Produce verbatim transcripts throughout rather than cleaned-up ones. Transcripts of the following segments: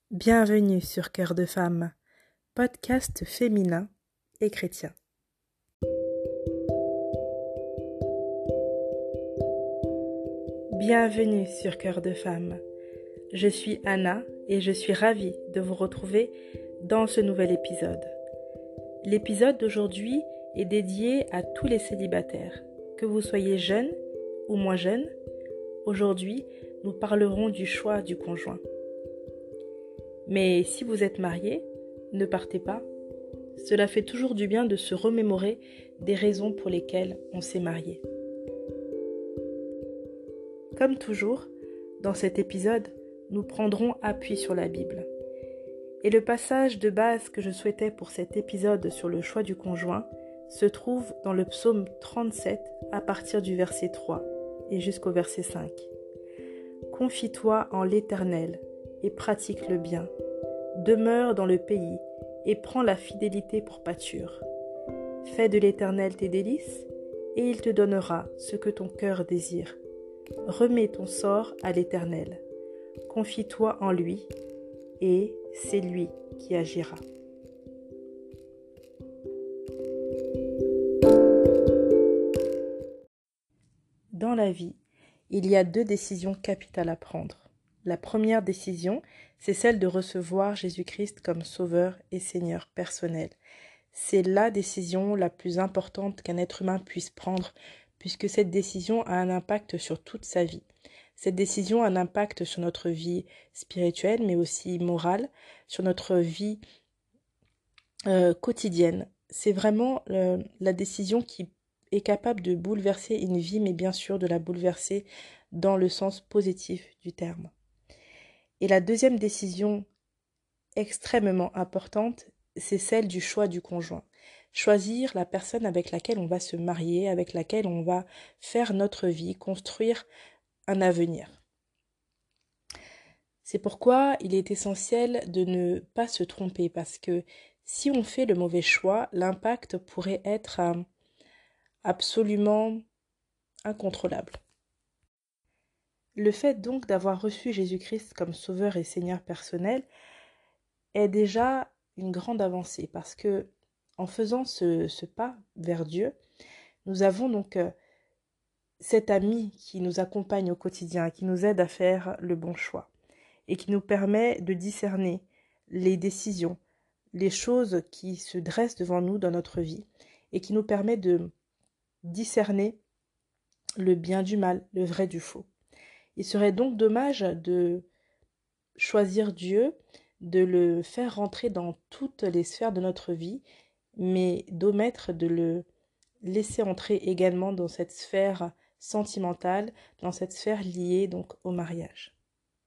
Bienvenue sur Cœur de Femme, podcast féminin et chrétien. Bienvenue sur Cœur de Femme. Je suis Anna et je suis ravie de vous retrouver dans ce nouvel épisode. L'épisode d'aujourd'hui est dédié à tous les célibataires, que vous soyez jeunes ou moins jeunes. Aujourd'hui, nous parlerons du choix du conjoint. Mais si vous êtes marié, ne partez pas. Cela fait toujours du bien de se remémorer des raisons pour lesquelles on s'est marié. Comme toujours, dans cet épisode, nous prendrons appui sur la Bible. Et le passage de base que je souhaitais pour cet épisode sur le choix du conjoint se trouve dans le psaume trente-sept à partir du verset trois et jusqu'au verset cinq. Confie-toi en l'Éternel et pratique le bien. Demeure dans le pays et prends la fidélité pour pâture. Fais de l'Éternel tes délices et il te donnera ce que ton cœur désire. Remets ton sort à l'Éternel. Confie-toi en lui et c'est lui qui agira. Dans la vie, il y a deux décisions capitales à prendre. La première décision, c'est celle de recevoir Jésus-Christ comme Sauveur et Seigneur personnel. C'est la décision la plus importante qu'un être humain puisse prendre, puisque cette décision a un impact sur toute sa vie. Cette décision a un impact sur notre vie spirituelle, mais aussi morale, sur notre vie euh, quotidienne. C'est vraiment euh, la décision qui est capable de bouleverser une vie, mais bien sûr de la bouleverser dans le sens positif du terme. Et la deuxième décision extrêmement importante, c'est celle du choix du conjoint. Choisir la personne avec laquelle on va se marier, avec laquelle on va faire notre vie, construire un avenir. C'est pourquoi il est essentiel de ne pas se tromper, parce que si on fait le mauvais choix, l'impact pourrait être euh, absolument incontrôlable. Le fait donc d'avoir reçu Jésus-Christ comme Sauveur et Seigneur personnel est déjà une grande avancée, parce que en faisant ce, ce pas vers Dieu, nous avons donc euh, cet ami qui nous accompagne au quotidien, qui nous aide à faire le bon choix et qui nous permet de discerner les décisions, les choses qui se dressent devant nous dans notre vie et qui nous permet de discerner le bien du mal, le vrai du faux. Il serait donc dommage de choisir Dieu, de le faire rentrer dans toutes les sphères de notre vie, mais d'omettre de le laisser entrer également dans cette sphère sentimentale, dans cette sphère liée donc au mariage.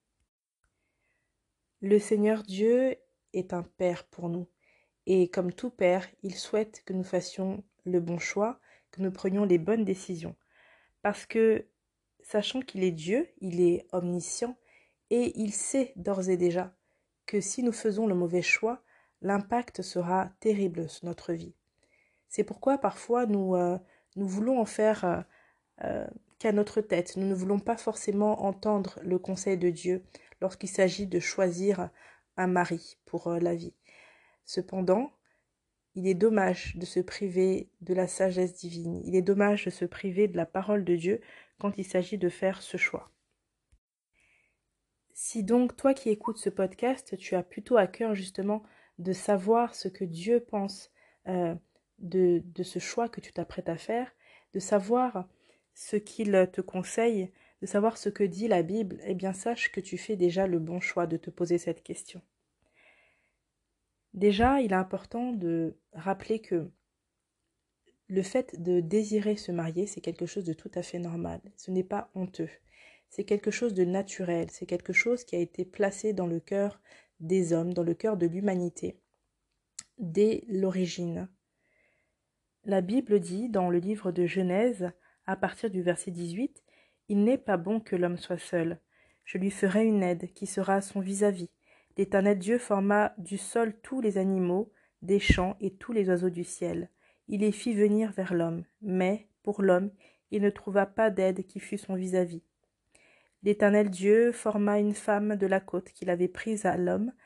Le Seigneur Dieu est un Père pour nous, et comme tout Père, il souhaite que nous fassions le bon choix, que nous prenions les bonnes décisions, parce que, sachant qu'il est Dieu, il est omniscient, et il sait d'ores et déjà que si nous faisons le mauvais choix, l'impact sera terrible sur notre vie. C'est pourquoi parfois nous, euh, nous voulons en faire euh, euh, qu'à notre tête. Nous ne voulons pas forcément entendre le conseil de Dieu lorsqu'il s'agit de choisir un mari pour euh, la vie. Cependant, il est dommage de se priver de la sagesse divine. Il est dommage de se priver de la parole de Dieu quand il s'agit de faire ce choix. Si donc toi qui écoutes ce podcast, tu as plutôt à cœur justement de savoir ce que Dieu pense euh, de, de ce choix que tu t'apprêtes à faire, de savoir ce qu'il te conseille, de savoir ce que dit la Bible, eh bien sache que tu fais déjà le bon choix de te poser cette question. Déjà, il est important de rappeler que le fait de désirer se marier, c'est quelque chose de tout à fait normal. Ce n'est pas honteux. C'est quelque chose de naturel. C'est quelque chose qui a été placé dans le cœur des hommes, dans le cœur de l'humanité, dès l'origine. La Bible dit, dans le livre de Genèse, à partir du verset dix-huit, « Il n'est pas bon que l'homme soit seul. Je lui ferai une aide qui sera son vis-à-vis. L'Éternel Dieu forma du sol tous les animaux, des champs et tous les oiseaux du ciel. Il les fit venir vers l'homme, mais, pour l'homme, il ne trouva pas d'aide qui fût son vis-à-vis. L'Éternel Dieu forma une femme de la côte qu'il avait prise à l'homme,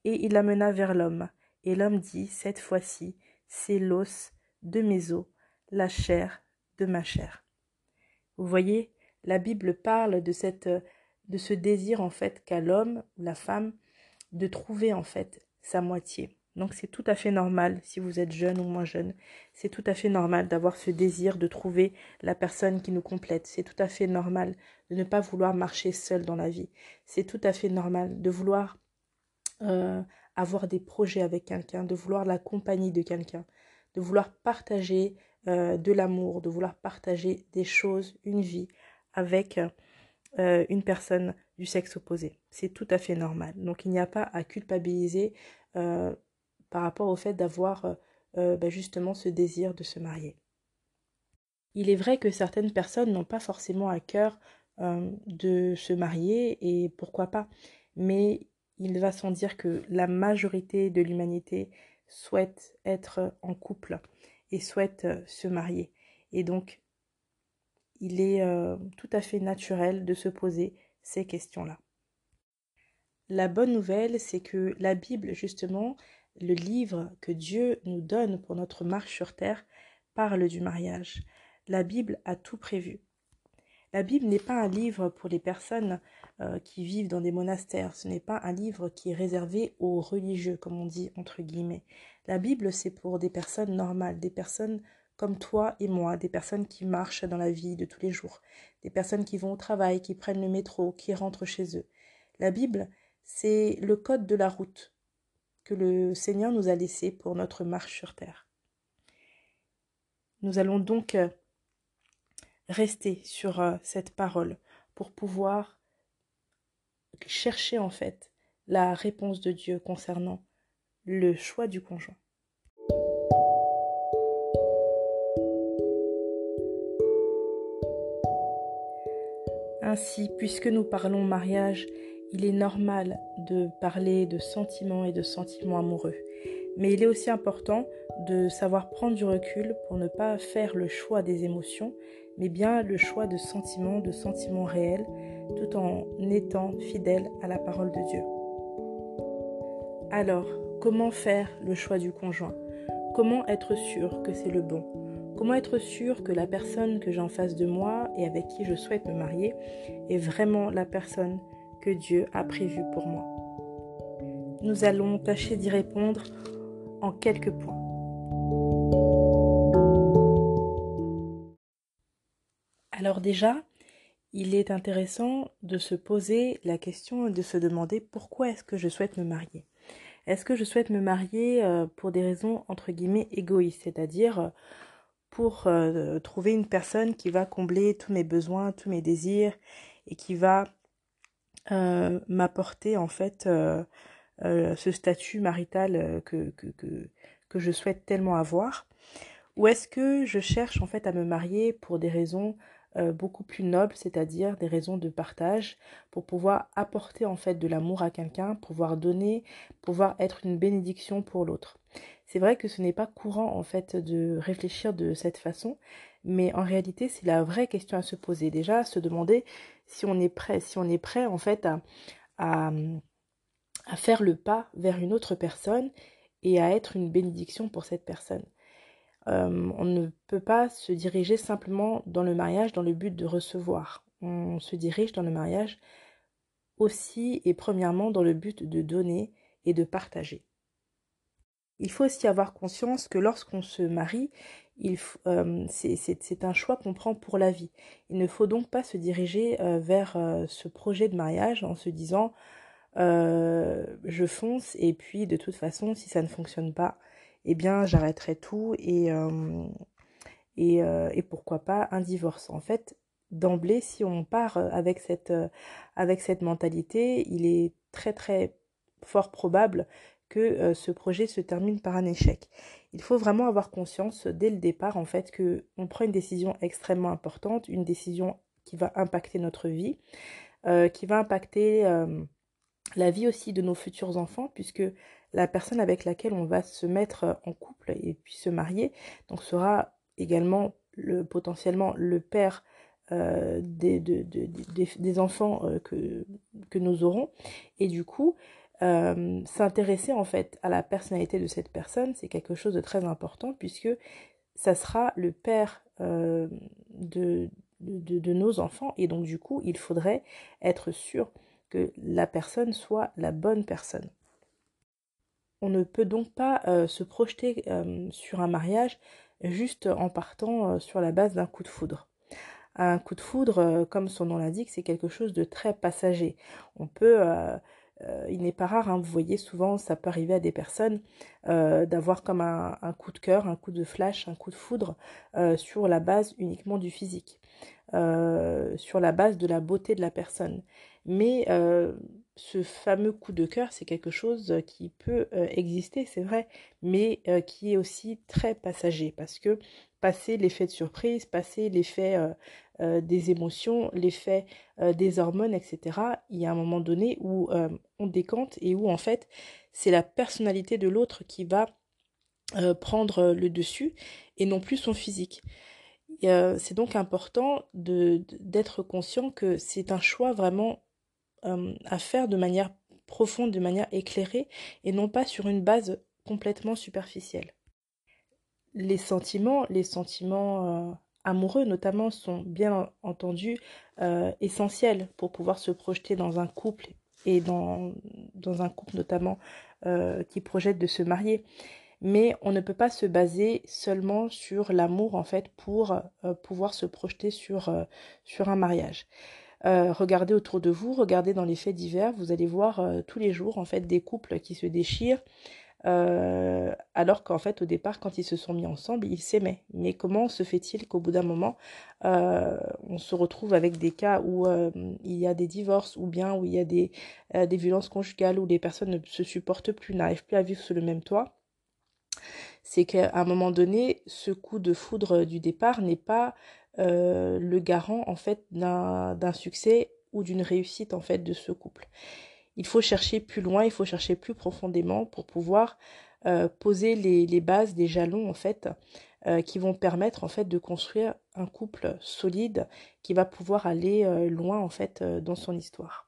et il l'amena vers l'homme. Et l'homme dit, cette fois-ci, c'est l'os de mes os, la chair de ma chair. Vous voyez, la Bible parle de, cette, de ce désir en fait qu'a l'homme ou la femme de trouver en fait sa moitié. Donc c'est tout à fait normal, si vous êtes jeune ou moins jeune, c'est tout à fait normal d'avoir ce désir de trouver la personne qui nous complète. C'est tout à fait normal de ne pas vouloir marcher seul dans la vie. C'est tout à fait normal de vouloir euh, avoir des projets avec quelqu'un, de vouloir la compagnie de quelqu'un, de vouloir partager euh, de l'amour, de vouloir partager des choses, une vie avec euh, une personne du sexe opposé. C'est tout à fait normal. Donc il n'y a pas à culpabiliser euh, par rapport au fait d'avoir euh, bah, justement ce désir de se marier. Il est vrai que certaines personnes n'ont pas forcément à cœur euh, de se marier et pourquoi pas, mais il va sans dire que la majorité de l'humanité souhaite être en couple et souhaite euh, se marier. Et donc, il est euh, tout à fait naturel de se poser ces questions-là. La bonne nouvelle, c'est que la Bible, justement, le livre que Dieu nous donne pour notre marche sur terre, parle du mariage. La Bible a tout prévu. La Bible n'est pas un livre pour les personnes euh, qui vivent dans des monastères. Ce n'est pas un livre qui est réservé aux religieux, comme on dit entre guillemets. La Bible, c'est pour des personnes normales, des personnes comme toi et moi, des personnes qui marchent dans la vie de tous les jours, des personnes qui vont au travail, qui prennent le métro, qui rentrent chez eux. La Bible, c'est le code de la route que le Seigneur nous a laissé pour notre marche sur terre. Nous allons donc euh, rester sur euh, cette parole pour pouvoir chercher en fait la réponse de Dieu concernant le choix du conjoint. Ainsi, puisque nous parlons mariage, il est normal de parler de sentiments et de sentiments amoureux. Mais il est aussi important de savoir prendre du recul pour ne pas faire le choix des émotions, mais bien le choix de sentiments, de sentiments réels, tout en étant fidèle à la parole de Dieu. Alors, comment faire le choix du conjoint? Comment être sûr que c'est le bon? Comment être sûr que la personne que j'ai en face de moi et avec qui je souhaite me marier est vraiment la personne que Dieu a prévue pour moi? Nous allons tâcher d'y répondre en quelques points. Alors déjà, il est intéressant de se poser la question et de se demander pourquoi est-ce que je souhaite me marier. Est-ce que je souhaite me marier pour des raisons entre guillemets égoïstes, c'est-à-dire pour euh, trouver une personne qui va combler tous mes besoins, tous mes désirs et qui va euh, m'apporter en fait euh, euh, ce statut marital que, que, que, que je souhaite tellement avoir? Ou est-ce que je cherche en fait à me marier pour des raisons euh, beaucoup plus nobles, c'est-à-dire des raisons de partage, pour pouvoir apporter en fait de l'amour à quelqu'un, pouvoir donner, pouvoir être une bénédiction pour l'autre? C'est vrai que ce n'est pas courant en fait de réfléchir de cette façon, mais en réalité c'est la vraie question à se poser. Déjà, se demander si on est prêt, si on est prêt en fait à, à, à faire le pas vers une autre personne et à être une bénédiction pour cette personne. Euh, on ne peut pas se diriger simplement dans le mariage dans le but de recevoir. On se dirige dans le mariage aussi et premièrement dans le but de donner et de partager. Il faut aussi avoir conscience que lorsqu'on se marie, il, euh, c'est, c'est, c'est un choix qu'on prend pour la vie. Il ne faut donc pas se diriger euh, vers euh, ce projet de mariage en se disant euh, je fonce et puis de toute façon si ça ne fonctionne pas, eh bien j'arrêterai tout et, euh, et, euh, et pourquoi pas un divorce. En fait, d'emblée, si on part avec cette, euh, avec cette mentalité, il est très très fort probable que euh, ce projet se termine par un échec. Il faut vraiment avoir conscience dès le départ en fait que on prend une décision extrêmement importante, une décision qui va impacter notre vie, euh, qui va impacter euh, la vie aussi de nos futurs enfants, puisque la personne avec laquelle on va se mettre en couple et puis se marier, donc sera également le, potentiellement le père euh, des, de, de, des, des enfants euh, que, que nous aurons. Et du coup, Euh, s'intéresser en fait à la personnalité de cette personne, c'est quelque chose de très important puisque ça sera le père euh, de, de, de nos enfants et donc du coup il faudrait être sûr que la personne soit la bonne personne. On ne peut donc pas euh, se projeter euh, sur un mariage juste en partant euh, sur la base d'un coup de foudre. Un coup de foudre, euh, comme son nom l'indique, c'est quelque chose de très passager. On peut, euh, euh, il n'est pas rare, hein, vous voyez souvent, ça peut arriver à des personnes euh, d'avoir comme un, un coup de cœur, un coup de flash, un coup de foudre euh, sur la base uniquement du physique, euh, sur la base de la beauté de la personne. Mais euh, ce fameux coup de cœur, c'est quelque chose qui peut euh, exister, c'est vrai, mais euh, qui est aussi très passager parce que passer l'effet de surprise, passer l'effet euh, euh, des émotions, l'effet euh, des hormones, et cetera, il y a un moment donné où euh, on décante et où en fait c'est la personnalité de l'autre qui va euh, prendre le dessus et non plus son physique. Euh, c'est donc important de, d'être conscient que c'est un choix vraiment euh, à faire de manière profonde, de manière éclairée et non pas sur une base complètement superficielle. Les sentiments, les sentiments euh, amoureux notamment sont bien entendu euh, essentiels pour pouvoir se projeter dans un couple et dans, dans un couple notamment euh, qui projette de se marier. Mais on ne peut pas se baser seulement sur l'amour en fait pour euh, pouvoir se projeter sur, euh, sur un mariage. Euh, regardez autour de vous, regardez dans les faits divers, vous allez voir euh, tous les jours en fait des couples qui se déchirent, euh, alors qu'en fait au départ quand ils se sont mis ensemble ils s'aimaient. Mais comment se fait-il qu'au bout d'un moment euh, on se retrouve avec des cas où euh, il y a des divorces ou bien où il y a des, euh, des violences conjugales, où les personnes ne se supportent plus, n'arrivent plus à vivre sous le même toit? C'est qu'à un moment donné, ce coup de foudre du départ n'est pas euh, le garant en fait d'un d'un succès ou d'une réussite en fait de ce couple. Il faut chercher plus loin, il faut chercher plus profondément pour pouvoir euh, poser les, les bases, des jalons en fait, euh, qui vont permettre en fait de construire un couple solide qui va pouvoir aller euh, loin en fait euh, dans son histoire.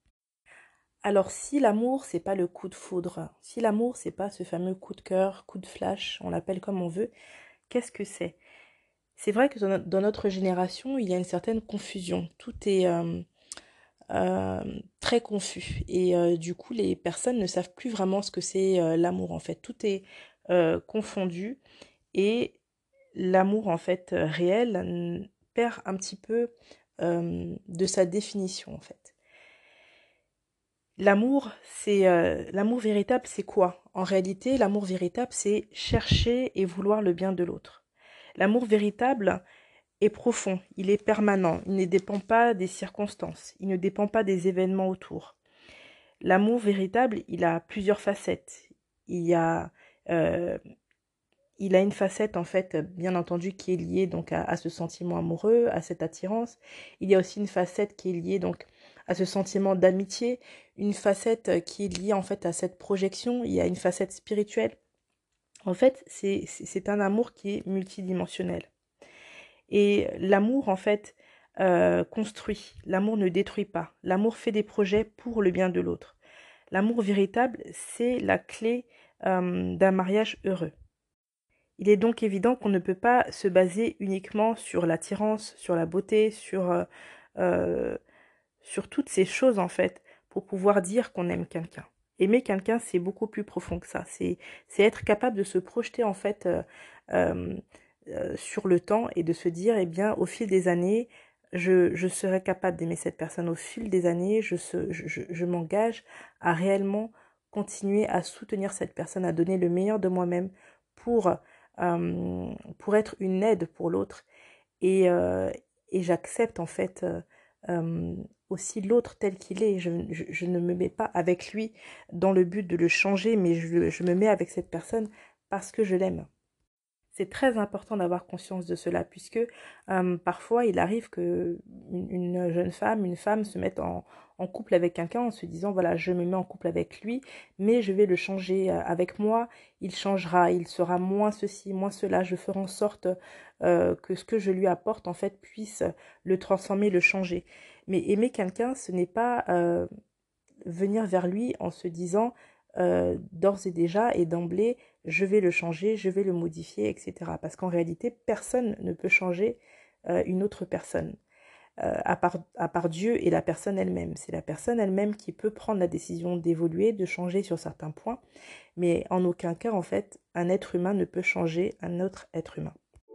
Alors si l'amour c'est pas le coup de foudre, si l'amour c'est pas ce fameux coup de cœur, coup de flash, on l'appelle comme on veut, qu'est-ce que c'est? C'est vrai que dans no- dans notre génération, il y a une certaine confusion. Tout est euh, euh, très confus. Et euh, du coup, les personnes ne savent plus vraiment ce que c'est euh, l'amour, en fait. Tout est euh, confondu et l'amour, en fait, euh, réel n- perd un petit peu euh, de sa définition, en fait. L'amour, c'est euh, l'amour véritable, c'est quoi? En réalité, l'amour véritable, c'est chercher et vouloir le bien de l'autre. L'amour véritable est profond, il est permanent, il ne dépend pas des circonstances, il ne dépend pas des événements autour. L'amour véritable, il a plusieurs facettes. Il y a, euh, il a une facette en fait, bien entendu, qui est liée donc à, à ce sentiment amoureux, à cette attirance. Il y a aussi une facette qui est liée donc à ce sentiment d'amitié, une facette qui est liée en fait à cette projection. Il y a une facette spirituelle. En fait, c'est c'est c'est un amour qui est multidimensionnel. Et l'amour, en fait, euh, construit. L'amour ne détruit pas. L'amour fait des projets pour le bien de l'autre. L'amour véritable, c'est la clé euh, d'un mariage heureux. Il est donc évident qu'on ne peut pas se baser uniquement sur l'attirance, sur la beauté, sur, euh, euh, sur toutes ces choses, en fait, pour pouvoir dire qu'on aime quelqu'un. Aimer quelqu'un, c'est beaucoup plus profond que ça. C'est, c'est être capable de se projeter, en fait, euh, euh, euh, sur le temps et de se dire, eh bien, au fil des années, je, je serai capable d'aimer cette personne. Au fil des années, je, se, je, je, je m'engage à réellement continuer à soutenir cette personne, à donner le meilleur de moi-même pour, euh, pour être une aide pour l'autre. Et, euh, et j'accepte, en fait, euh, euh, aussi l'autre tel qu'il est. Je, je, je ne me mets pas avec lui dans le but de le changer, mais je, je me mets avec cette personne parce que je l'aime. C'est très important d'avoir conscience de cela, puisque euh, parfois il arrive que une, une jeune femme, une femme se mette en, en couple avec quelqu'un en se disant voilà, je me mets en couple avec lui, mais je vais le changer euh, avec moi, il changera, il sera moins ceci, moins cela, je ferai en sorte euh, que ce que je lui apporte en fait puisse le transformer, le changer. Mais aimer quelqu'un, ce n'est pas euh, venir vers lui en se disant euh, d'ores et déjà et d'emblée, je vais le changer, je vais le modifier, et cetera. Parce qu'en réalité, personne ne peut changer euh, une autre personne, euh, à part, à part Dieu et la personne elle-même. C'est la personne elle-même qui peut prendre la décision d'évoluer, de changer sur certains points, mais en aucun cas, en fait, un être humain ne peut changer un autre être humain.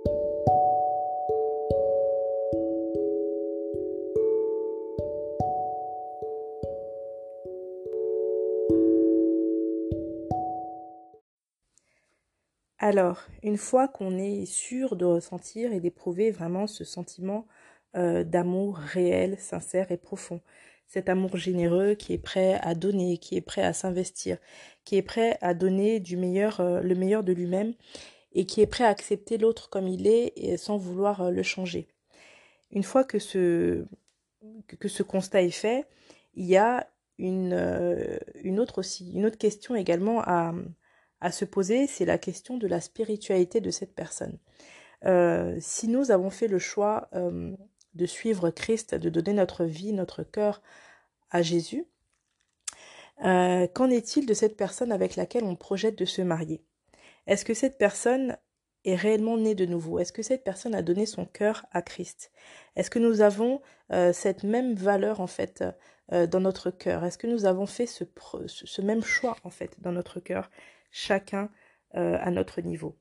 Alors, une fois qu'on est sûr de ressentir et d'éprouver vraiment ce sentiment euh, d'amour réel, sincère et profond, cet amour généreux qui est prêt à donner, qui est prêt à s'investir, qui est prêt à donner du meilleur, euh, le meilleur de lui-même et qui est prêt à accepter l'autre comme il est et sans vouloir euh, le changer. Une fois que ce, que, que ce constat est fait, il y a une, euh, une autre aussi, une autre question également à, à se poser, c'est la question de la spiritualité de cette personne. Euh, si nous avons fait le choix euh, de suivre Christ, de donner notre vie, notre cœur à Jésus, euh, qu'en est-il de cette personne avec laquelle on projette de se marier? Est-ce que cette personne est réellement née de nouveau? Est-ce que cette personne a donné son cœur à Christ? Est-ce que nous avons euh, cette même valeur en fait euh, dans notre cœur? Est-ce que nous avons fait ce, ce même choix en fait dans notre cœur, chacun euh, à notre niveau?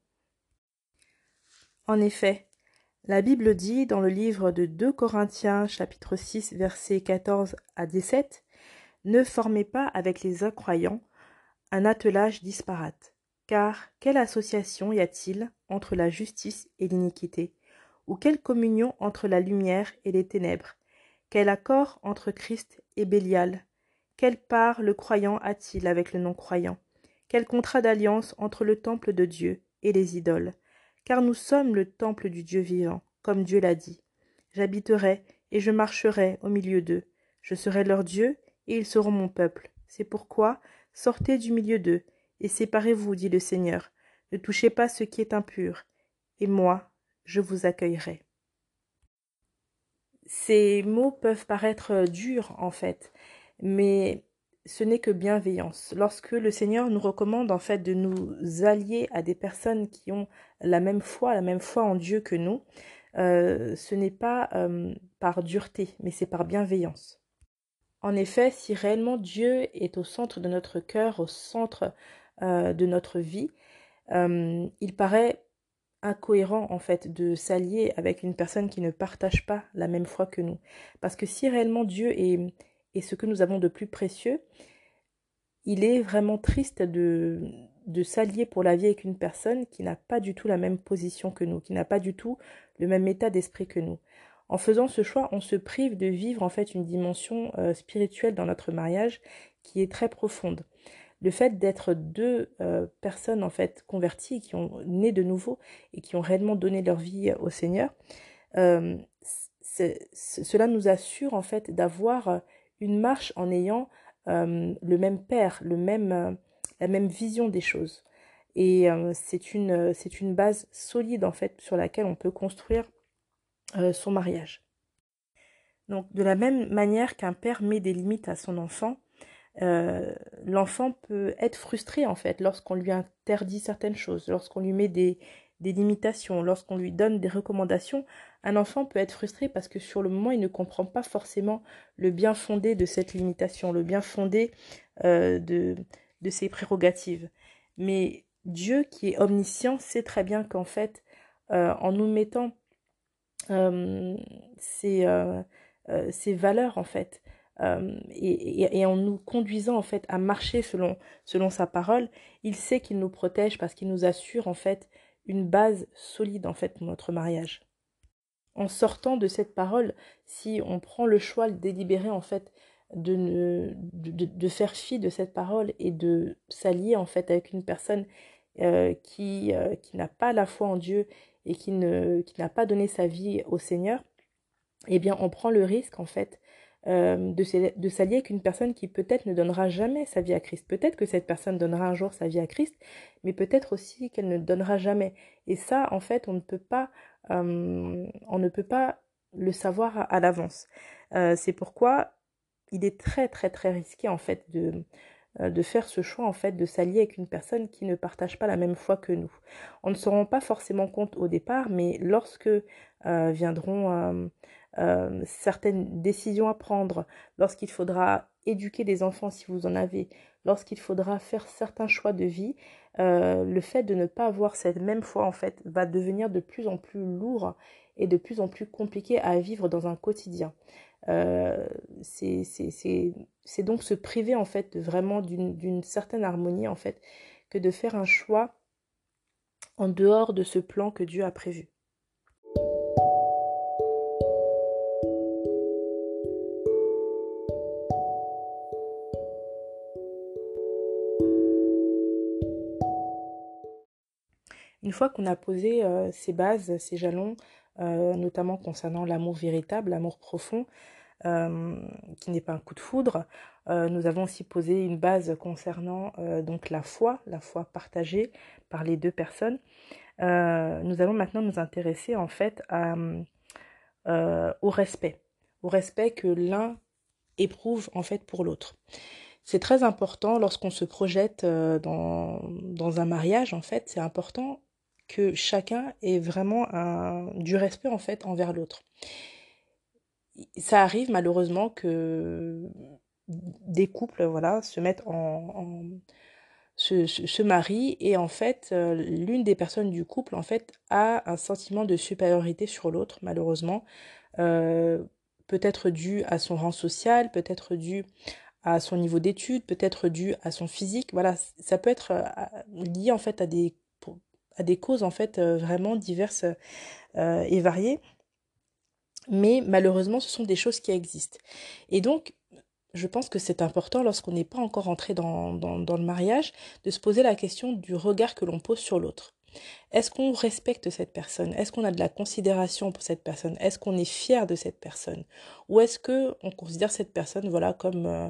En effet, la Bible dit dans le livre de deux Corinthiens chapitre six versets quatorze à dix-sept, « Ne formez pas avec les incroyants un attelage disparate. Car quelle association y a-t-il entre la justice et l'iniquité? Ou quelle communion entre la lumière et les ténèbres? Quel accord entre Christ et Bélial? Quelle part le croyant a-t-il avec le non-croyant? Quel contrat d'alliance entre le temple de Dieu et les idoles? Car nous sommes le temple du Dieu vivant, comme Dieu l'a dit. J'habiterai et je marcherai au milieu d'eux. Je serai leur Dieu et ils seront mon peuple. C'est pourquoi sortez du milieu d'eux et séparez-vous, dit le Seigneur. Ne touchez pas ce qui est impur, et moi, je vous accueillerai. » Ces mots peuvent paraître durs, en fait, mais ce n'est que bienveillance. Lorsque le Seigneur nous recommande, en fait, de nous allier à des personnes qui ont la même foi, la même foi en Dieu que nous, euh, ce n'est pas euh, par dureté, mais c'est par bienveillance. En effet, si réellement Dieu est au centre de notre cœur, au centre euh, de notre vie, euh, il paraît incohérent en fait de s'allier avec une personne qui ne partage pas la même foi que nous. Parce que si réellement Dieu est, est ce que nous avons de plus précieux, il est vraiment triste de, de s'allier pour la vie avec une personne qui n'a pas du tout la même position que nous, qui n'a pas du tout le même état d'esprit que nous. En faisant ce choix, on se prive de vivre en fait une dimension euh, spirituelle dans notre mariage qui est très profonde. Le fait d'être deux euh, personnes en fait converties, qui ont né de nouveau et qui ont réellement donné leur vie au Seigneur, euh, c'est, c'est, cela nous assure en fait d'avoir une marche en ayant euh, le même père, le même, euh, la même vision des choses. Et euh, c'est une, c'est une base solide en fait sur laquelle on peut construire euh, son mariage. Donc de la même manière qu'un père met des limites à son enfant, euh, l'enfant peut être frustré en fait lorsqu'on lui interdit certaines choses, lorsqu'on lui met des, des limitations, lorsqu'on lui donne des recommandations. Un enfant peut être frustré parce que sur le moment il ne comprend pas forcément le bien fondé de cette limitation, le bien fondé euh, de, de ses prérogatives. Mais Dieu qui est omniscient sait très bien qu'en fait euh, en nous mettant euh, ces, euh, euh, ces valeurs en fait euh, et, et, et en nous conduisant en fait à marcher selon, selon sa parole, il sait qu'il nous protège parce qu'il nous assure en fait une base solide en fait pour notre mariage. En sortant de cette parole, si on prend le choix délibéré en fait de, ne, de, de, de faire fi de cette parole et de s'allier en fait avec une personne euh, qui, euh, qui n'a pas la foi en Dieu et qui, ne, qui n'a pas donné sa vie au Seigneur, eh bien on prend le risque en fait euh, de, de s'allier avec une personne qui peut-être ne donnera jamais sa vie à Christ. Peut-être que cette personne donnera un jour sa vie à Christ, mais peut-être aussi qu'elle ne donnera jamais. Et ça, en fait, on ne peut pas, euh, on ne peut pas le savoir à, à l'avance. Euh, c'est pourquoi il est très très très risqué en fait de, euh, de faire ce choix en fait de s'allier avec une personne qui ne partage pas la même foi que nous. On ne se rend pas forcément compte au départ, mais lorsque euh, viendront euh, euh, certaines décisions à prendre, lorsqu'il faudra éduquer des enfants si vous en avez, lorsqu'il faudra faire certains choix de vie, euh, le fait de ne pas avoir cette même foi en fait va devenir de plus en plus lourd et de plus en plus compliqué à vivre dans un quotidien. Euh, c'est, c'est, c'est, c'est donc se priver en fait de vraiment d'une, d'une certaine harmonie en fait que de faire un choix en dehors de ce plan que Dieu a prévu. Une fois qu'on a posé euh, ces bases, ces jalons, euh, notamment concernant l'amour véritable, l'amour profond, euh, qui n'est pas un coup de foudre, euh, nous avons aussi posé une base concernant euh, donc la foi, la foi partagée par les deux personnes. Euh, nous allons maintenant nous intéresser en fait à, euh, au respect, au respect que l'un éprouve en fait pour l'autre. C'est très important lorsqu'on se projette euh, dans, dans un mariage, en fait, c'est important que chacun ait vraiment un, du respect en fait envers l'autre. Ça arrive malheureusement que des couples voilà, se mettent en, en se, se, se marient et en fait euh, l'une des personnes du couple en fait a un sentiment de supériorité sur l'autre malheureusement, euh, peut-être dû à son rang social, peut-être dû à son niveau d'études, peut-être dû à son physique. Voilà, ça peut être euh, lié en fait à des, à des causes en fait euh, vraiment diverses euh, et variées. Mais malheureusement, ce sont des choses qui existent. Et donc, je pense que c'est important, lorsqu'on n'est pas encore entré dans, dans, dans le mariage, de se poser la question du regard que l'on pose sur l'autre. Est-ce qu'on respecte cette personne? Est-ce qu'on a de la considération pour cette personne? Est-ce qu'on est fier de cette personne? Ou est-ce que on considère cette personne voilà, comme euh,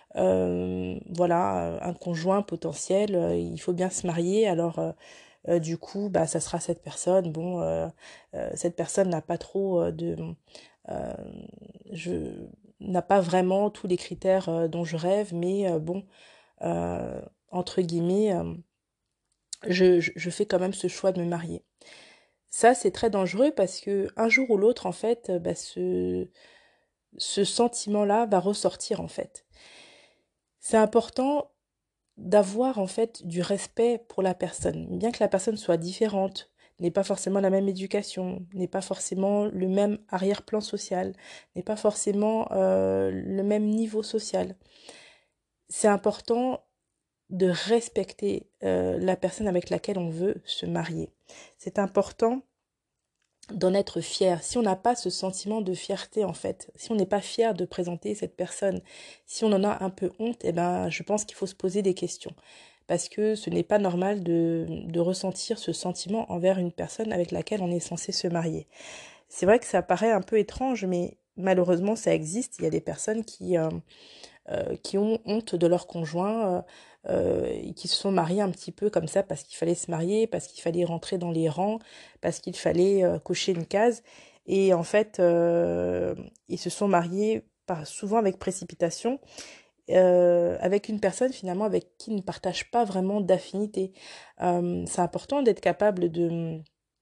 euh, voilà, un conjoint potentiel, euh, il faut bien se marier, alors euh, euh, du coup, bah, ça sera cette personne. Bon, euh, euh, cette personne n'a pas trop euh, de... euh, je n'a pas vraiment tous les critères euh, dont je rêve, mais euh, bon, euh, entre guillemets, euh, je, je, je fais quand même ce choix de me marier. Ça, c'est très dangereux parce que un jour ou l'autre, en fait, euh, bah, ce, ce sentiment-là va ressortir, en fait. C'est important d'avoir en fait du respect pour la personne, bien que la personne soit différente, n'ait pas forcément la même éducation, n'ait pas forcément le même arrière-plan social, n'ait pas forcément euh, le même niveau social. C'est important de respecter euh, la personne avec laquelle on veut se marier. C'est important d'en être fier. Si on n'a pas ce sentiment de fierté en fait, si on n'est pas fier de présenter cette personne, si on en a un peu honte, eh ben je pense qu'il faut se poser des questions. Parce que ce n'est pas normal de, de ressentir ce sentiment envers une personne avec laquelle on est censé se marier. C'est vrai que ça paraît un peu étrange, mais malheureusement ça existe. Il y a des personnes qui, euh, euh, qui ont honte de leur conjoint, euh, euh, et qui se sont mariés un petit peu comme ça parce qu'il fallait se marier, parce qu'il fallait rentrer dans les rangs, parce qu'il fallait euh, cocher une case. Et en fait, euh, ils se sont mariés par, souvent avec précipitation, euh, avec une personne finalement avec qui ils ne partagent pas vraiment d'affinité. Euh, c'est important d'être capable de,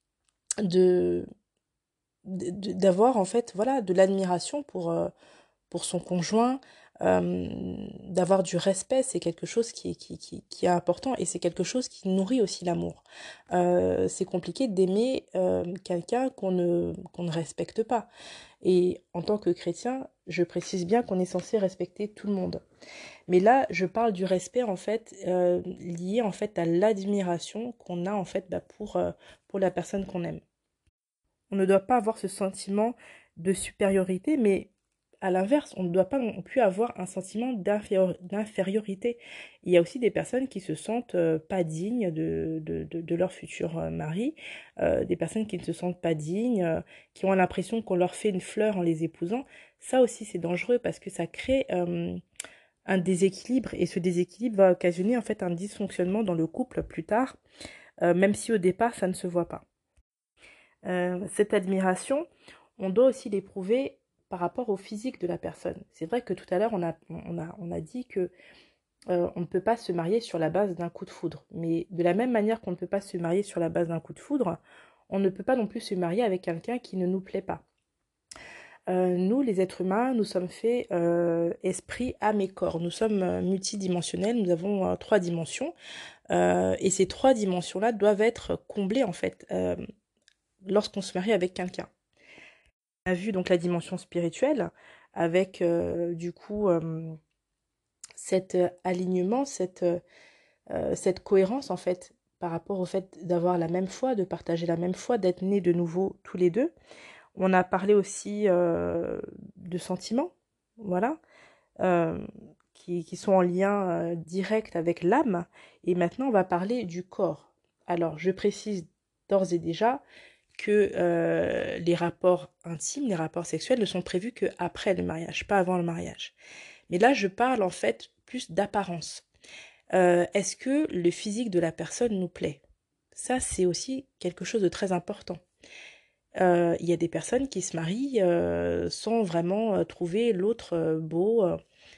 de, de- d'avoir en fait voilà de l'admiration pour, euh, pour son conjoint, euh, d'avoir du respect, c'est quelque chose qui, est- qui, qui, qui est important et c'est quelque chose qui nourrit aussi l'amour. Euh, c'est compliqué d'aimer euh, quelqu'un qu'on ne, qu'on ne respecte pas. Et en tant que chrétien, je précise bien qu'on est censé respecter tout le monde. Mais là, je parle du respect en fait euh, lié en fait à l'admiration qu'on a en fait bah, pour, euh, pour la personne qu'on aime. On ne doit pas avoir ce sentiment de supériorité, mais à l'inverse, on ne doit pas non plus avoir un sentiment d'inférior- d'infériorité. Il y a aussi des personnes qui se sentent euh, pas dignes de, de, de- de leur futur euh, mari, euh, des personnes qui ne se sentent pas dignes, euh, qui ont l'impression qu'on leur fait une fleur en les épousant. Ça aussi, c'est dangereux parce que ça crée euh, un déséquilibre et ce déséquilibre va occasionner en fait un dysfonctionnement dans le couple plus tard, euh, même si au départ, ça ne se voit pas. Euh, cette admiration, on doit aussi l'éprouver par rapport au physique de la personne. C'est vrai que tout à l'heure, on a, on a, on a dit que euh, on ne peut pas se marier sur la base d'un coup de foudre. Mais de la même manière qu'on ne peut pas se marier sur la base d'un coup de foudre, on ne peut pas non plus se marier avec quelqu'un qui ne nous plaît pas. Euh, nous, les êtres humains, nous sommes faits euh, esprit, âme et corps. Nous sommes euh, multidimensionnels, nous avons euh, trois dimensions. Euh, et ces trois dimensions-là doivent être comblées, en fait, euh, lorsqu'on se marie avec quelqu'un. On a vu donc la dimension spirituelle, avec euh, du coup euh, cet alignement, cette, euh, cette cohérence, en fait, par rapport au fait d'avoir la même foi, de partager la même foi, d'être nés de nouveau tous les deux. On a parlé aussi euh, de sentiments, voilà, euh, qui, qui sont en lien euh, direct avec l'âme. Et maintenant, on va parler du corps. Alors, je précise d'ores et déjà que euh, les rapports intimes, les rapports sexuels ne sont prévus qu'après le mariage, pas avant le mariage. Mais là, je parle en fait plus d'apparence. Euh, est-ce que le physique de la personne nous plaît? Ça, c'est aussi quelque chose de très important. Euh, Il y a des personnes qui se marient euh, sans vraiment euh, trouver l'autre euh, beau,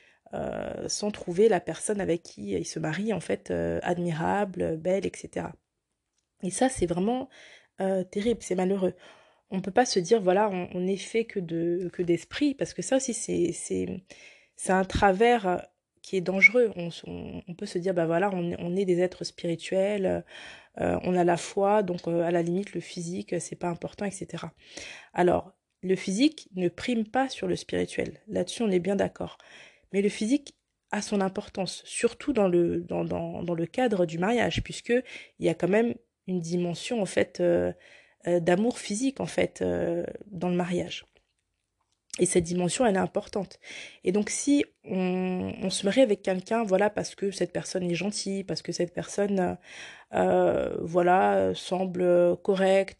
euh, sans trouver la personne avec qui ils se marient en fait euh, admirable, belle, et cetera. Et ça, c'est vraiment euh, terrible, c'est malheureux. On peut pas se dire, voilà, on, on est fait que de que d'esprit, parce que ça aussi, c'est c'est c'est un travers euh, qui est dangereux. On, on, on peut se dire, bah voilà, on, on est des êtres spirituels, euh, on a la foi, donc euh, à la limite, le physique, c'est pas important, et cetera. Alors, le physique ne prime pas sur le spirituel. Là-dessus, on est bien d'accord. Mais le physique a son importance, surtout dans le, dans, dans, dans le cadre du mariage, puisque il y a quand même une dimension, en fait, euh, euh, d'amour physique, en fait, euh, dans le mariage. Et cette dimension, elle est importante. Et donc, si on, on se marie avec quelqu'un, voilà, parce que cette personne est gentille, parce que cette personne, euh, voilà, semble correcte,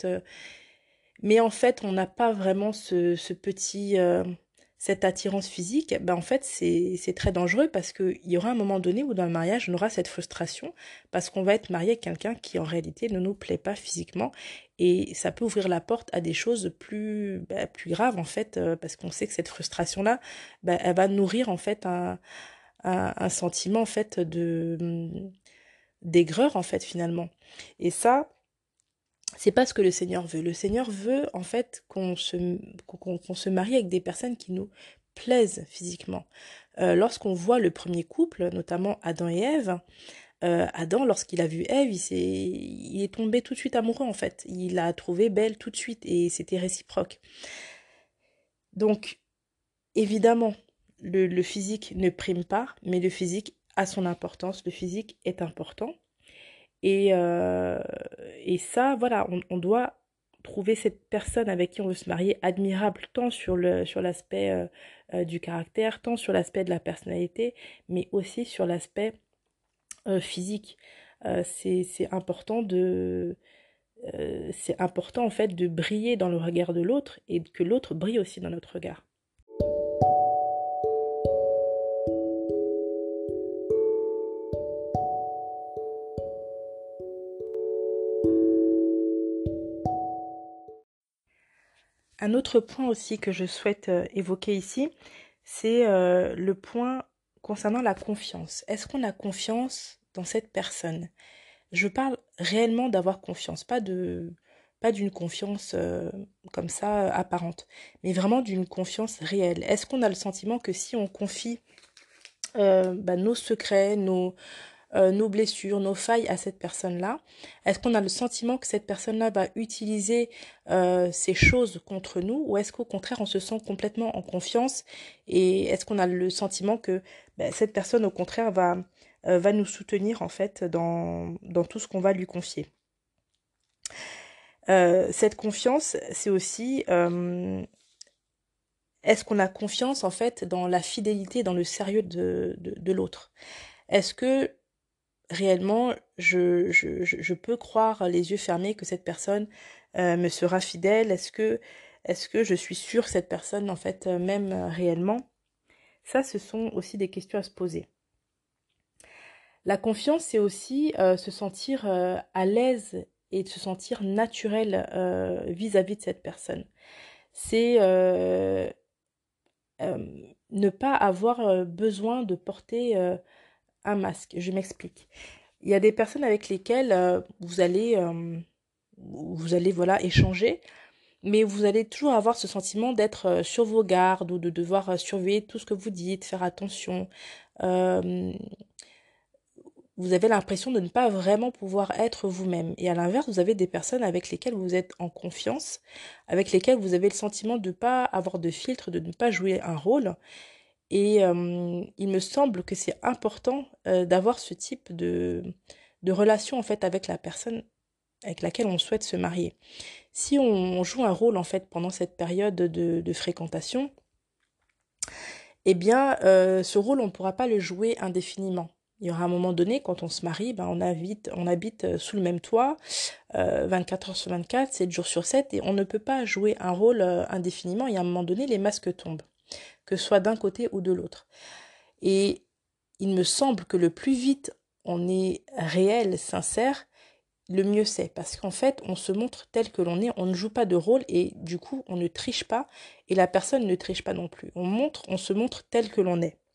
mais en fait, on n'a pas vraiment ce, ce petit, euh, cette attirance physique, ben en fait, c'est, c'est très dangereux parce qu'il y aura un moment donné où dans le mariage, on aura cette frustration parce qu'on va être marié avec quelqu'un qui en réalité ne nous plaît pas physiquement et ça peut ouvrir la porte à des choses plus, ben, plus graves en fait euh, parce qu'on sait que cette frustration-là, ben, elle va nourrir en fait un, un, un sentiment en fait de hum, d'aigreur en fait finalement. Et ça, c'est pas ce que le Seigneur veut. Le Seigneur veut en fait qu'on se, qu'on, qu'on se marie avec des personnes qui nous plaisent physiquement. Euh, lorsqu'on voit le premier couple, notamment Adam et Ève, euh, Adam, lorsqu'il a vu Ève, il, s'est, il est tombé tout de suite amoureux en fait. Il l'a trouvée belle tout de suite et c'était réciproque. Donc, évidemment, le, le physique ne prime pas, mais le physique a son importance. Le physique est important. Et, euh, et ça, voilà, on, on doit trouver cette personne avec qui on veut se marier admirable, tant sur le, sur l'aspect euh, euh, du caractère, tant sur l'aspect de la personnalité, mais aussi sur l'aspect euh, physique. Euh, c'est, c'est important de, euh, c'est important en fait de briller dans le regard de l'autre et que l'autre brille aussi dans notre regard. Un autre point aussi que je souhaite euh, évoquer ici, c'est euh, le point concernant la confiance. Est-ce qu'on a confiance dans cette personne? Je parle réellement d'avoir confiance, pas de, pas d'une confiance euh, comme ça euh, apparente, mais vraiment d'une confiance réelle. Est-ce qu'on a le sentiment que si on confie euh, bah, nos secrets, nos, euh, nos blessures, nos failles à cette personne-là? Est-ce qu'on a le sentiment que cette personne-là va utiliser euh, ces choses contre nous ou est-ce qu'au contraire on se sent complètement en confiance et est-ce qu'on a le sentiment que ben, cette personne au contraire va, euh, va nous soutenir en fait dans, dans tout ce qu'on va lui confier? Euh, cette confiance, c'est aussi euh, est-ce qu'on a confiance en fait dans la fidélité, dans le sérieux de, de, de l'autre? Est-ce que réellement, je, je, je, je peux croire les yeux fermés que cette personne euh, me sera fidèle? Est-ce que, est-ce que je suis sûre que cette personne, en fait, euh, m'aime euh, réellement? Ça, ce sont aussi des questions à se poser. La confiance, c'est aussi euh, se sentir euh, à l'aise et de se sentir naturel euh, vis-à-vis de cette personne. C'est euh, euh, ne pas avoir euh, besoin de porter euh, un masque. Je m'explique. Il y a des personnes avec lesquelles euh, vous allez, euh, vous allez voilà, échanger, mais vous allez toujours avoir ce sentiment d'être euh, sur vos gardes ou de devoir euh, surveiller tout ce que vous dites, faire attention. Euh, vous avez l'impression de ne pas vraiment pouvoir être vous-même. Et à l'inverse, vous avez des personnes avec lesquelles vous êtes en confiance, avec lesquelles vous avez le sentiment de ne pas avoir de filtre, de ne pas jouer un rôle. Et euh, il me semble que c'est important euh, d'avoir ce type de, de relation en fait avec la personne avec laquelle on souhaite se marier. Si on joue un rôle en fait pendant cette période de, de fréquentation, eh bien euh, ce rôle on ne pourra pas le jouer indéfiniment. Il y aura un moment donné, quand on se marie, ben, on, habite, on habite sous le même toit, euh, vingt-quatre heures sur vingt-quatre, sept jours sur sept, et on ne peut pas jouer un rôle euh, indéfiniment. Il y a un moment donné, les masques tombent, que ce soit d'un côté ou de l'autre. Et il me semble que le plus vite on est réel, sincère, le mieux c'est. Parce qu'en fait, on se montre tel que l'on est, on ne joue pas de rôle et du coup, on ne triche pas et la personne ne triche pas non plus. On montre, on se montre tel que l'on est.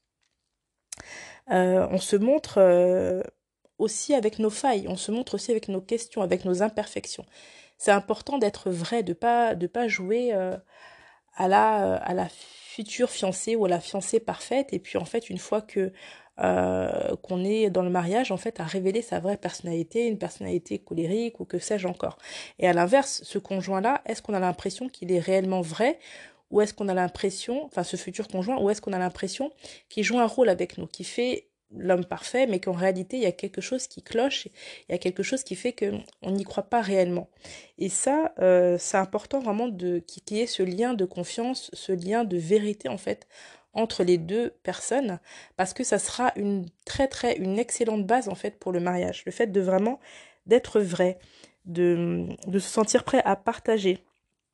Euh, on se montre euh, aussi avec nos failles, on se montre aussi avec nos questions, avec nos imperfections. C'est important d'être vrai, de pas de pas jouer euh, à la à la future fiancée ou à la fiancée parfaite et puis en fait une fois que euh, qu'on est dans le mariage en fait à révéler sa vraie personnalité, une personnalité colérique ou que sais-je encore. Et à l'inverse, ce conjoint-là, est-ce qu'on a l'impression qu'il est réellement vrai ou est-ce qu'on a l'impression, enfin ce futur conjoint, ou est-ce qu'on a l'impression qu'il joue un rôle avec nous, qui fait l'homme parfait, mais qu'en réalité il y a quelque chose qui cloche, il y a quelque chose qui fait qu'on n'y croit pas réellement. Et ça, euh, c'est important vraiment de qu'il y ait ce lien de confiance, ce lien de vérité en fait entre les deux personnes, parce que ça sera une très très une excellente base en fait pour le mariage. Le fait de vraiment d'être vrai, de, de se sentir prêt à partager,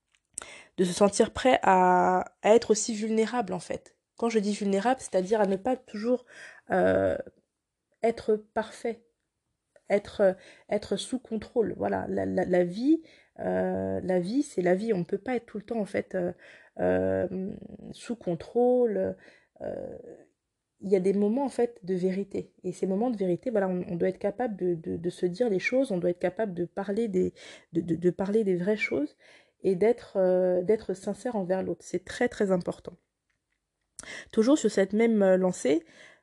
de se sentir prêt à, à être aussi vulnérable en fait. Quand je dis vulnérable, c'est-à-dire à ne pas toujours euh, être parfait, être, être sous contrôle. Voilà, la, la, la vie, euh, la vie, c'est la vie. On ne peut pas être tout le temps en fait euh, euh, sous contrôle. Euh, il y a des moments en fait de vérité. Et ces moments de vérité, voilà, on, on doit être capable de, de, de se dire les choses, on doit être capable de parler des, de, de, de parler des vraies choses et d'être euh, d'être sincère envers l'autre. C'est très très important. Toujours sur cette même euh, lancée,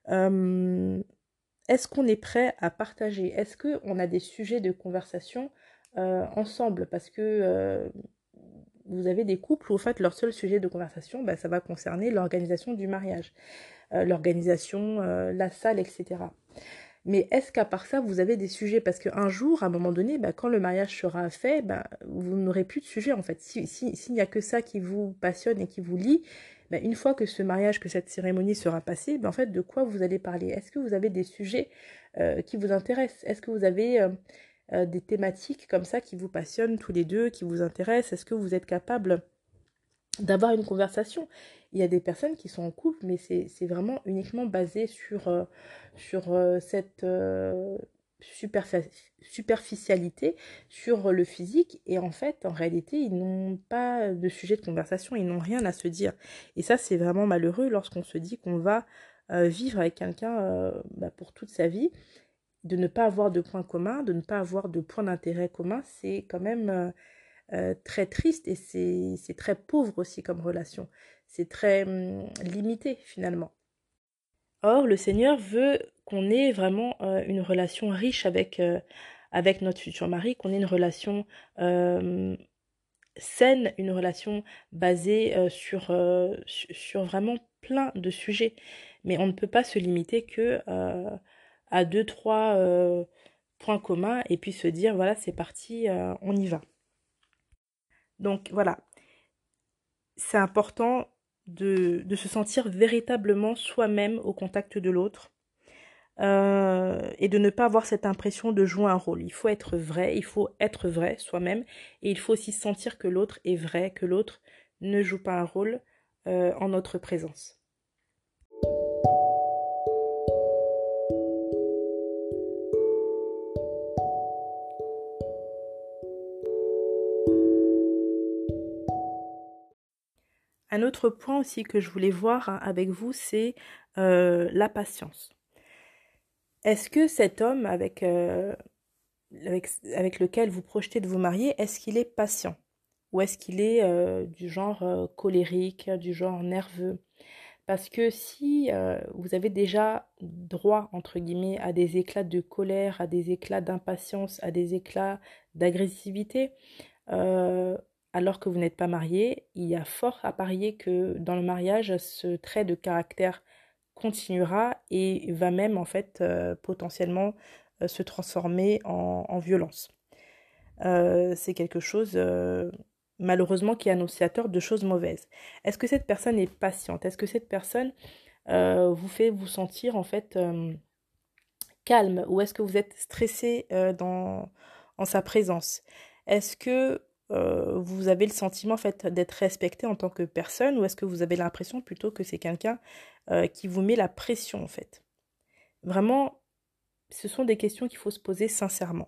euh, est-ce qu'on est prêt à partager? Est-ce qu'on a des sujets de conversation euh, ensemble? Parce que euh, vous avez des couples où en fait leur seul sujet de conversation, bah, ça va concerner l'organisation du mariage, euh, l'organisation, euh, la salle, et cetera. Mais est-ce qu'à part ça, vous avez des sujets? Parce qu'un jour, à un moment donné, bah, quand le mariage sera fait, bah, vous n'aurez plus de sujet en fait. Si, si, s'il n'y a que ça qui vous passionne et qui vous lie, bah, une fois que ce mariage, que cette cérémonie sera passée, bah, en fait, de quoi vous allez parler? Est-ce que vous avez des sujets euh, qui vous intéressent? Est-ce que vous avez euh, euh, des thématiques comme ça qui vous passionnent tous les deux, qui vous intéressent? Est-ce que vous êtes capable d'avoir une conversation? Il y a des personnes qui sont en couple, mais c'est c'est vraiment uniquement basé sur, euh, sur euh, cette euh, superfa- superficialité, sur le physique, et en fait, en réalité, ils n'ont pas de sujet de conversation, ils n'ont rien à se dire. Et ça, c'est vraiment malheureux lorsqu'on se dit qu'on va euh, vivre avec quelqu'un euh, bah, pour toute sa vie, de ne pas avoir de points communs, de ne pas avoir de points d'intérêt communs, c'est quand même euh, euh, très triste et c'est c'est très pauvre aussi comme relation. C'est très hum, limité finalement. Or, le Seigneur veut qu'on ait vraiment euh, une relation riche avec, euh, avec notre futur mari, qu'on ait une relation euh, saine, une relation basée euh, sur, euh, su- sur vraiment plein de sujets. Mais on ne peut pas se limiter que euh, à deux, trois euh, points communs et puis se dire, voilà, c'est parti, euh, on y va. Donc voilà, c'est important de, de se sentir véritablement soi-même au contact de l'autre euh, et de ne pas avoir cette impression de jouer un rôle. Il faut être vrai, il faut être vrai soi-même et il faut aussi sentir que l'autre est vrai, que l'autre ne joue pas un rôle euh, en notre présence. Un autre point aussi que je voulais voir hein, avec vous, c'est euh, la patience. Est-ce que cet homme avec, euh, avec, avec lequel vous projetez de vous marier, est-ce qu'il est patient? Ou est-ce qu'il est euh, du genre euh, colérique, du genre nerveux? Parce que si euh, vous avez déjà droit, entre guillemets, à des éclats de colère, à des éclats d'impatience, à des éclats d'agressivité, euh, alors que vous n'êtes pas marié, il y a fort à parier que dans le mariage, ce trait de caractère continuera et va même en fait euh, potentiellement euh, se transformer en, en violence. Euh, c'est quelque chose euh, malheureusement qui est annonciateur de choses mauvaises. Est-ce que cette personne est patiente? Est-ce que cette personne euh, vous fait vous sentir en fait euh, calme ou est-ce que vous êtes stressé euh, dans, en sa présence? Est-ce que euh, vous avez le sentiment en fait d'être respecté en tant que personne ou est-ce que vous avez l'impression plutôt que c'est quelqu'un euh, qui vous met la pression en fait? Vraiment, ce sont des questions qu'il faut se poser sincèrement.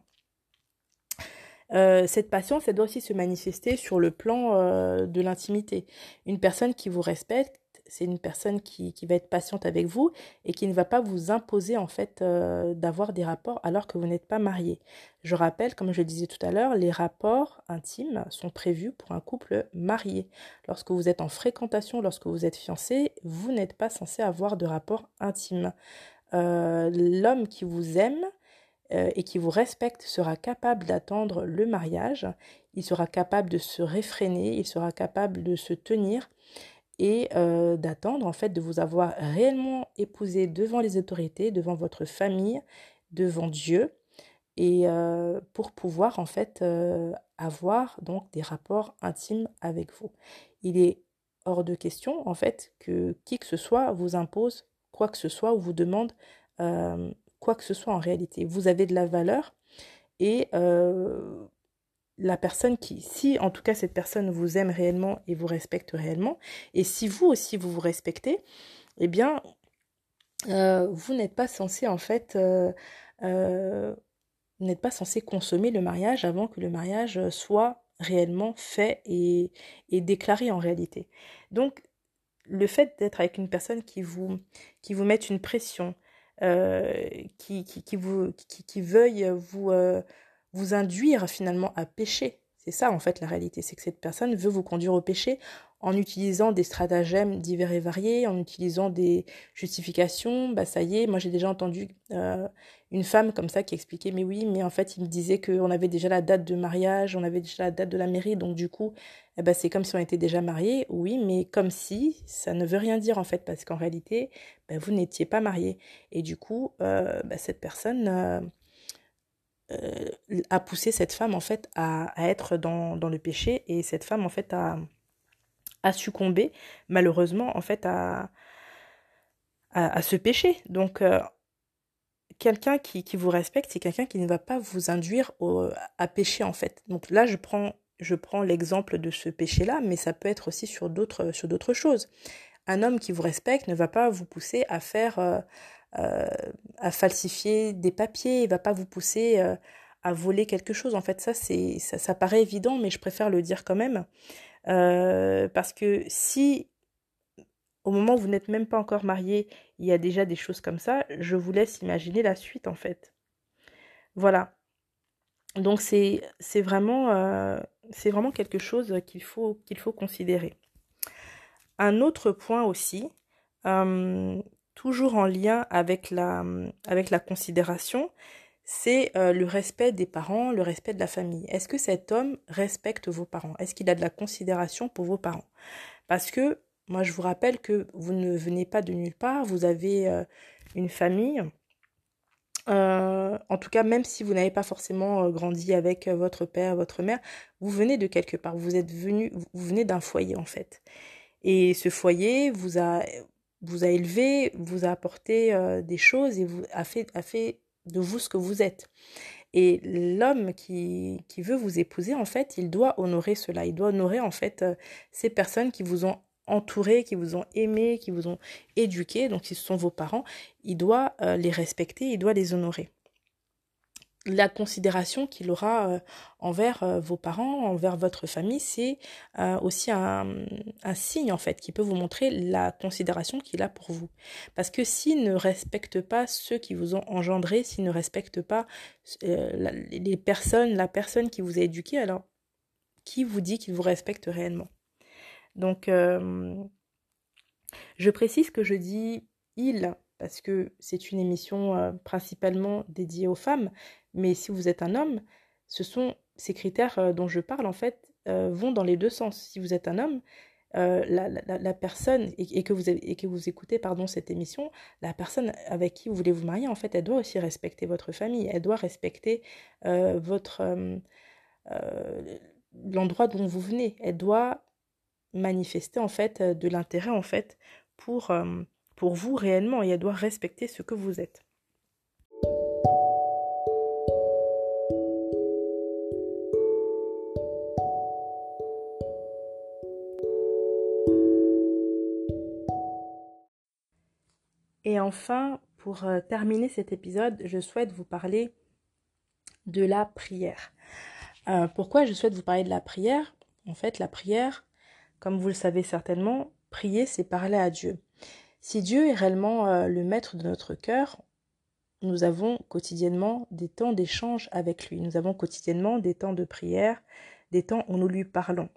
Euh, cette patience, elle doit aussi se manifester sur le plan euh, de l'intimité. Une personne qui vous respecte, c'est une personne qui, qui va être patiente avec vous et qui ne va pas vous imposer en fait euh, d'avoir des rapports alors que vous n'êtes pas marié. Je rappelle, comme je le disais tout à l'heure, les rapports intimes sont prévus pour un couple marié. Lorsque vous êtes en fréquentation, lorsque vous êtes fiancé, vous n'êtes pas censé avoir de rapports intimes. Euh, l'homme qui vous aime euh, et qui vous respecte sera capable d'attendre le mariage, il sera capable de se réfréner, il sera capable de se tenir et euh, d'attendre en fait de vous avoir réellement épousé devant les autorités, devant votre famille, devant Dieu et euh, pour pouvoir en fait euh, avoir donc des rapports intimes avec vous. Il est hors de question en fait que qui que ce soit vous impose quoi que ce soit ou vous demande euh, quoi que ce soit en réalité. Vous avez de la valeur et euh, la personne qui, si en tout cas cette personne vous aime réellement et vous respecte réellement, et si vous aussi vous vous respectez, eh bien euh, vous n'êtes pas censé en fait, euh, euh, vous n'êtes pas censé consommer le mariage avant que le mariage soit réellement fait et, et déclaré en réalité. Donc le fait d'être avec une personne qui vous, qui vous mette une pression, euh, qui, qui, qui, vous, qui, qui veuille vous, euh, vous induire finalement à pécher. C'est ça en fait la réalité, c'est que cette personne veut vous conduire au péché en utilisant des stratagèmes divers et variés, en utilisant des justifications. Bah ça y est, moi j'ai déjà entendu euh, une femme comme ça qui expliquait, mais oui, mais en fait il me disait qu'on avait déjà la date de mariage, on avait déjà la date de la mairie, donc du coup, eh ben, c'est comme si on était déjà mariés. Oui, mais comme si, ça ne veut rien dire en fait, parce qu'en réalité, ben, vous n'étiez pas mariés. Et du coup, euh, ben, cette personne euh, euh, a poussé cette femme en fait à, à être dans, dans le péché, et cette femme en fait a, a succombé malheureusement en fait à, à, à ce péché. Donc euh, quelqu'un qui, qui vous respecte, c'est quelqu'un qui ne va pas vous induire au, à pécher en fait. Donc là, je prends, je prends l'exemple de ce péché-là, mais ça peut être aussi sur d'autres, sur d'autres choses. Un homme qui vous respecte ne va pas vous pousser à faire, euh, euh, à falsifier des papiers, il va pas vous pousser euh, à voler quelque chose. En fait, ça, c'est, ça, ça paraît évident, mais je préfère le dire quand même. Euh, parce que si au moment où vous n'êtes même pas encore marié, il y a déjà des choses comme ça, je vous laisse imaginer la suite en fait. Voilà. Donc c'est c'est vraiment, euh, c'est vraiment quelque chose qu'il faut, qu'il faut considérer. Un autre point aussi, euh, toujours en lien avec la, avec la considération, c'est euh, le respect des parents, le respect de la famille. Est-ce que cet homme respecte vos parents? Est-ce qu'il a de la considération pour vos parents? Parce que moi, je vous rappelle que vous ne venez pas de nulle part, vous avez euh, une famille. Euh, en tout cas, même si vous n'avez pas forcément euh, grandi avec euh, votre père, votre mère, vous venez de quelque part. Vous êtes venu, vous venez d'un foyer en fait. Et ce foyer vous a, vous a élevé, vous a apporté euh, des choses et vous a fait, a fait de vous ce que vous êtes. Et l'homme qui, qui veut vous épouser, en fait, il doit honorer cela. Il doit honorer, en fait, euh, ces personnes qui vous ont entouré, qui vous ont aimé, qui vous ont éduqué. Donc, si ce sont vos parents, il doit euh, les respecter, il doit les honorer. la considération qu'il aura euh, envers euh, vos parents, envers votre famille, c'est euh, aussi un, un signe en fait qui peut vous montrer la considération qu'il a pour vous. Parce que s'il ne respecte pas ceux qui vous ont engendré, s'il ne respecte pas euh, la, les personnes, la personne qui vous a éduqué, alors qui vous dit qu'il vous respecte réellement? Donc, euh, je précise que je dis il parce que c'est une émission euh, principalement dédiée aux femmes, mais si vous êtes un homme, ce sont ces critères euh, dont je parle en fait euh, vont dans les deux sens. Si vous êtes un homme, euh, la, la, la personne et, et que vous avez, et que vous écoutez pardon cette émission, la personne avec qui vous voulez vous marier en fait, elle doit aussi respecter votre famille, elle doit respecter euh, votre euh, euh, l'endroit dont vous venez, elle doit manifester en fait euh, de l'intérêt en fait pour, euh, pour vous réellement et elle doit respecter ce que vous êtes. Et enfin, pour euh, terminer cet épisode, je souhaite vous parler de la prière. Euh, pourquoi je souhaite vous parler de la prière? En fait, la prière, comme vous le savez certainement, prier, c'est parler à Dieu. Si Dieu est réellement euh, le maître de notre cœur, nous avons quotidiennement des temps d'échange avec lui. Nous avons quotidiennement des temps de prière, des temps où nous lui parlons.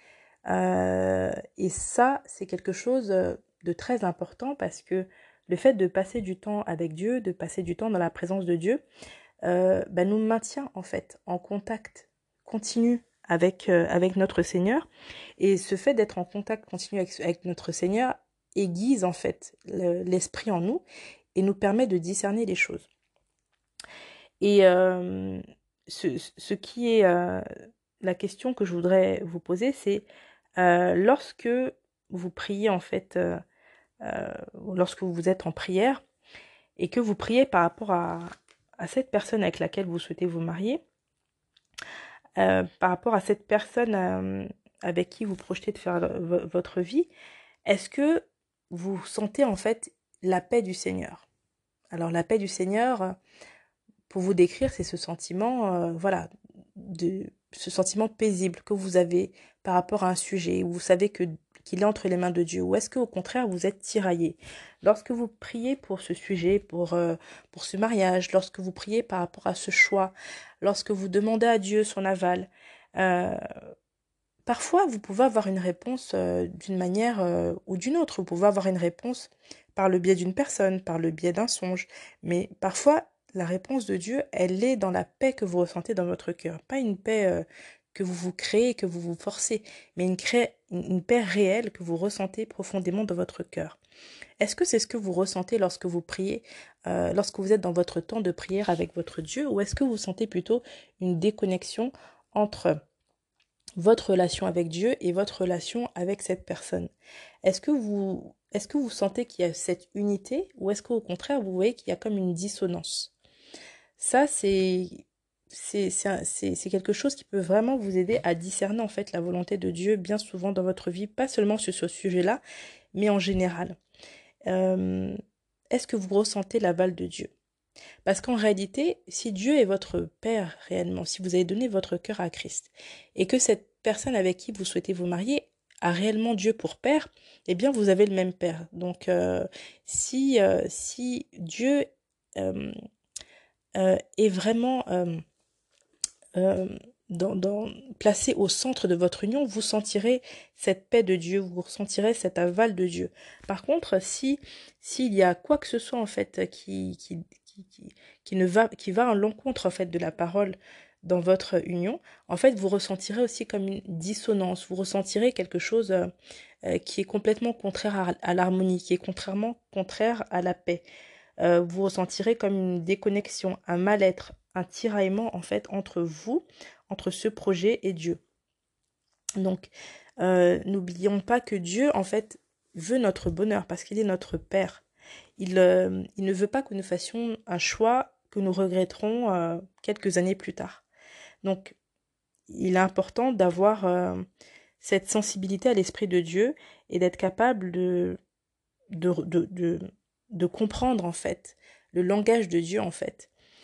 Euh, et ça, c'est quelque chose de très important parce que le fait de passer du temps avec Dieu, de passer du temps dans la présence de Dieu, euh, ben nous maintient en fait en contact continu avec, euh, avec notre Seigneur. Et ce fait d'être en contact continu avec, avec notre Seigneur aiguise en fait le, l'esprit en nous et nous permet de discerner les choses. Et euh, ce, ce qui est euh, la question que je voudrais vous poser, c'est euh, lorsque vous priez en fait, euh, euh, lorsque vous êtes en prière et que vous priez par rapport à, à cette personne avec laquelle vous souhaitez vous marier, euh, par rapport à cette personne euh, avec qui vous projetez de faire v- votre vie, est-ce que vous sentez en fait la paix du Seigneur? Alors la paix du Seigneur, pour vous décrire, c'est ce sentiment, euh, voilà, de ce sentiment paisible que vous avez par rapport à un sujet où vous savez que qu'il est entre les mains de Dieu, ou est-ce que au contraire vous êtes tiraillé lorsque vous priez pour ce sujet, pour euh, pour ce mariage, lorsque vous priez par rapport à ce choix, lorsque vous demandez à Dieu son aval. euh, Parfois, vous pouvez avoir une réponse euh, d'une manière euh, ou d'une autre. Vous pouvez avoir une réponse par le biais d'une personne, par le biais d'un songe. Mais parfois, la réponse de Dieu, elle est dans la paix que vous ressentez dans votre cœur. Pas une paix euh, que vous vous créez, que vous vous forcez, mais une, cré- une paix réelle que vous ressentez profondément dans votre cœur. Est-ce que c'est ce que vous ressentez lorsque vous priez, euh, lorsque vous êtes dans votre temps de prière avec votre Dieu, ou est-ce que vous sentez plutôt une déconnexion entre votre relation avec Dieu et votre relation avec cette personne? Est-ce que vous, est-ce que vous sentez qu'il y a cette unité ou est-ce qu'au contraire, vous voyez qu'il y a comme une dissonance? Ça, c'est, c'est, c'est, un- c'est, c'est quelque chose qui peut vraiment vous aider à discerner en fait la volonté de Dieu bien souvent dans votre vie, pas seulement sur ce sujet-là, mais en général. Euh, est-ce que vous ressentez l'aval de Dieu? Parce qu'en réalité, si Dieu est votre Père réellement, si vous avez donné votre cœur à Christ, et que cette personne avec qui vous souhaitez vous marier a réellement Dieu pour Père, eh bien vous avez le même Père. Donc euh, si, euh, si Dieu euh, euh, est vraiment euh, euh, dans, dans, placé au centre de votre union, vous sentirez cette paix de Dieu, vous ressentirez cet aval de Dieu. Par contre, si s'il y a quoi que ce soit en fait qui, qui, qui, qui, qui ne va, qui va à l'encontre en fait de la parole dans votre union, en fait, vous ressentirez aussi comme une dissonance, vous ressentirez quelque chose euh, euh, qui est complètement contraire à, à l'harmonie, qui est contrairement contraire à la paix. Euh, vous ressentirez comme une déconnexion, un mal-être, un tiraillement en fait entre vous, entre ce projet et Dieu. Donc, euh, n'oublions pas que Dieu en fait veut notre bonheur parce qu'il est notre Père. Il, euh, il ne veut pas que nous fassions un choix que nous regretterons euh, quelques années plus tard. Donc, il est important d'avoir euh, cette sensibilité à l'Esprit de Dieu et d'être capable de, de, de, de, de comprendre en fait le langage de Dieu en fait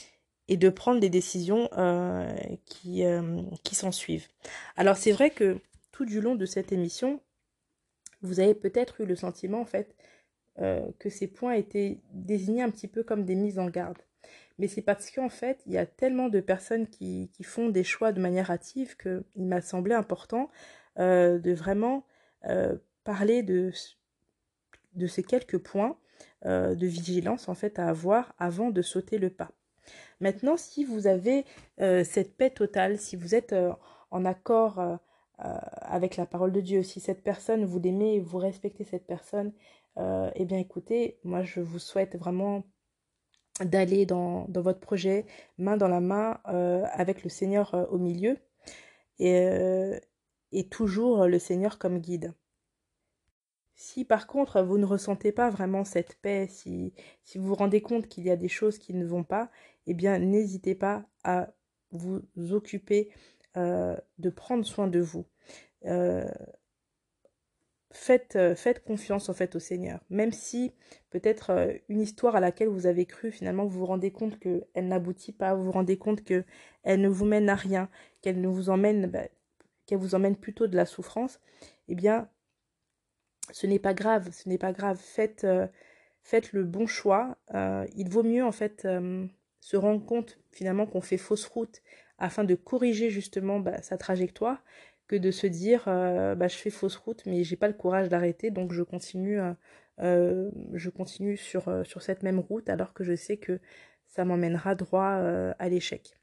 et de prendre les décisions euh, qui, euh, qui s'en suivent. Alors c'est vrai que tout du long de cette émission, vous avez peut-être eu le sentiment en fait euh, que ces points étaient désignés un petit peu comme des mises en garde. Mais c'est parce qu'en fait, il y a tellement de personnes qui, qui font des choix de manière hâtive qu'il m'a semblé important euh, de vraiment euh, parler de, de ces quelques points euh, de vigilance en fait à avoir avant de sauter le pas. Maintenant, si vous avez euh, cette paix totale, si vous êtes euh, en accord euh, euh, avec la parole de Dieu, si cette personne, vous l'aimez, vous respectez cette personne, euh, eh bien écoutez, moi je vous souhaite vraiment d'aller dans, dans votre projet main dans la main euh, avec le Seigneur euh, au milieu et, euh, et toujours le Seigneur comme guide. Si par contre vous ne ressentez pas vraiment cette paix, si, si vous vous rendez compte qu'il y a des choses qui ne vont pas, eh bien n'hésitez pas à vous occuper euh, de prendre soin de vous. Euh, Faites, euh, faites confiance en fait au Seigneur. Même si peut-être euh, une histoire à laquelle vous avez cru, finalement vous vous rendez compte qu'elle n'aboutit pas, vous vous rendez compte qu'elle ne vous mène à rien, qu'elle ne vous emmène, bah, qu'elle vous emmène plutôt de la souffrance, eh bien ce n'est pas grave, ce n'est pas grave. Faites, euh, faites le bon choix. Euh, il vaut mieux en fait euh, se rendre compte finalement qu'on fait fausse route afin de corriger justement bah, sa trajectoire que de se dire euh, bah, je fais fausse route mais j'ai pas le courage d'arrêter donc je continue, euh, euh, je continue sur, euh, sur cette même route alors que je sais que ça m'emmènera droit euh, à l'échec.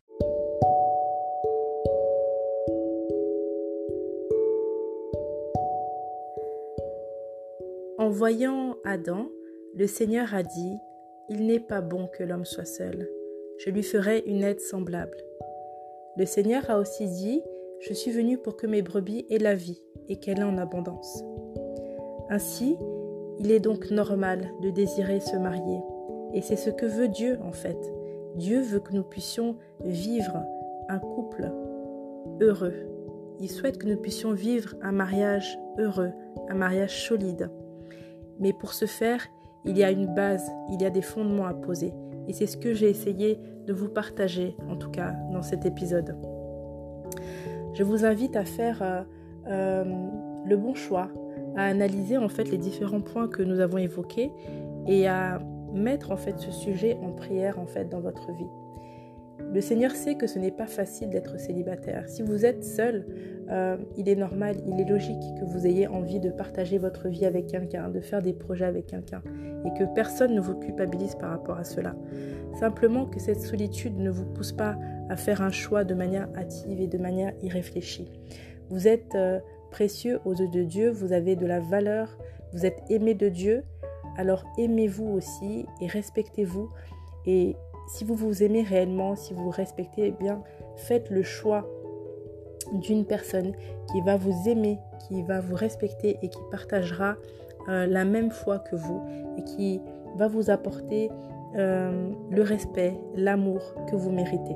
En voyant Adam, le Seigneur a dit « Il n'est pas bon que l'homme soit seul. Je lui ferai une aide semblable. » Le Seigneur a aussi dit « Je suis venu pour que mes brebis aient la vie et qu'elle ait en abondance. » Ainsi, il est donc normal de désirer se marier. Et c'est ce que veut Dieu en fait. Dieu veut que nous puissions vivre un couple heureux. Il souhaite que nous puissions vivre un mariage heureux, un mariage solide. Mais pour ce faire, il y a une base, il y a des fondements à poser. Et c'est ce que j'ai essayé de vous partager, en tout cas, dans cet épisode. Je vous invite à faire euh, euh, le bon choix, à analyser en fait les différents points que nous avons évoqués et à mettre en fait ce sujet en prière en fait dans votre vie. Le Seigneur sait que ce n'est pas facile d'être célibataire. Si vous êtes seul, euh, il est normal, il est logique que vous ayez envie de partager votre vie avec quelqu'un, de faire des projets avec quelqu'un, et que personne ne vous culpabilise par rapport à cela. Simplement que cette solitude ne vous pousse pas à faire un choix de manière hâtive et de manière irréfléchie. Vous êtes euh, précieux aux yeux de Dieu, vous avez de la valeur, vous êtes aimé de Dieu, alors aimez-vous aussi et respectez-vous. Et si vous vous aimez réellement, si vous vous respectez, eh bien, faites le choix d'une personne qui va vous aimer, qui va vous respecter et qui partagera euh, la même foi que vous et qui va vous apporter euh, le respect, l'amour que vous méritez.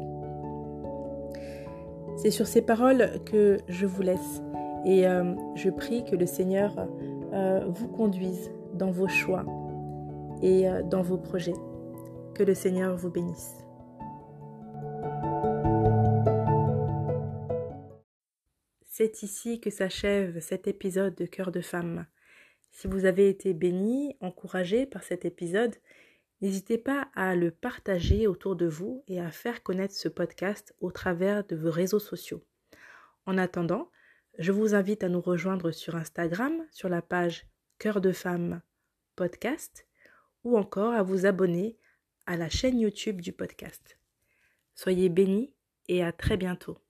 C'est sur ces paroles que je vous laisse et euh, je prie que le Seigneur euh, vous conduise dans vos choix et euh, dans vos projets. Que le Seigneur vous bénisse. C'est ici que s'achève cet épisode de Cœur de femme. Si vous avez été béni, encouragé par cet épisode, n'hésitez pas à le partager autour de vous et à faire connaître ce podcast au travers de vos réseaux sociaux. En attendant, je vous invite à nous rejoindre sur Instagram, sur la page Cœur de femme podcast, ou encore à vous abonner à la chaîne YouTube du podcast. Soyez bénis et à très bientôt.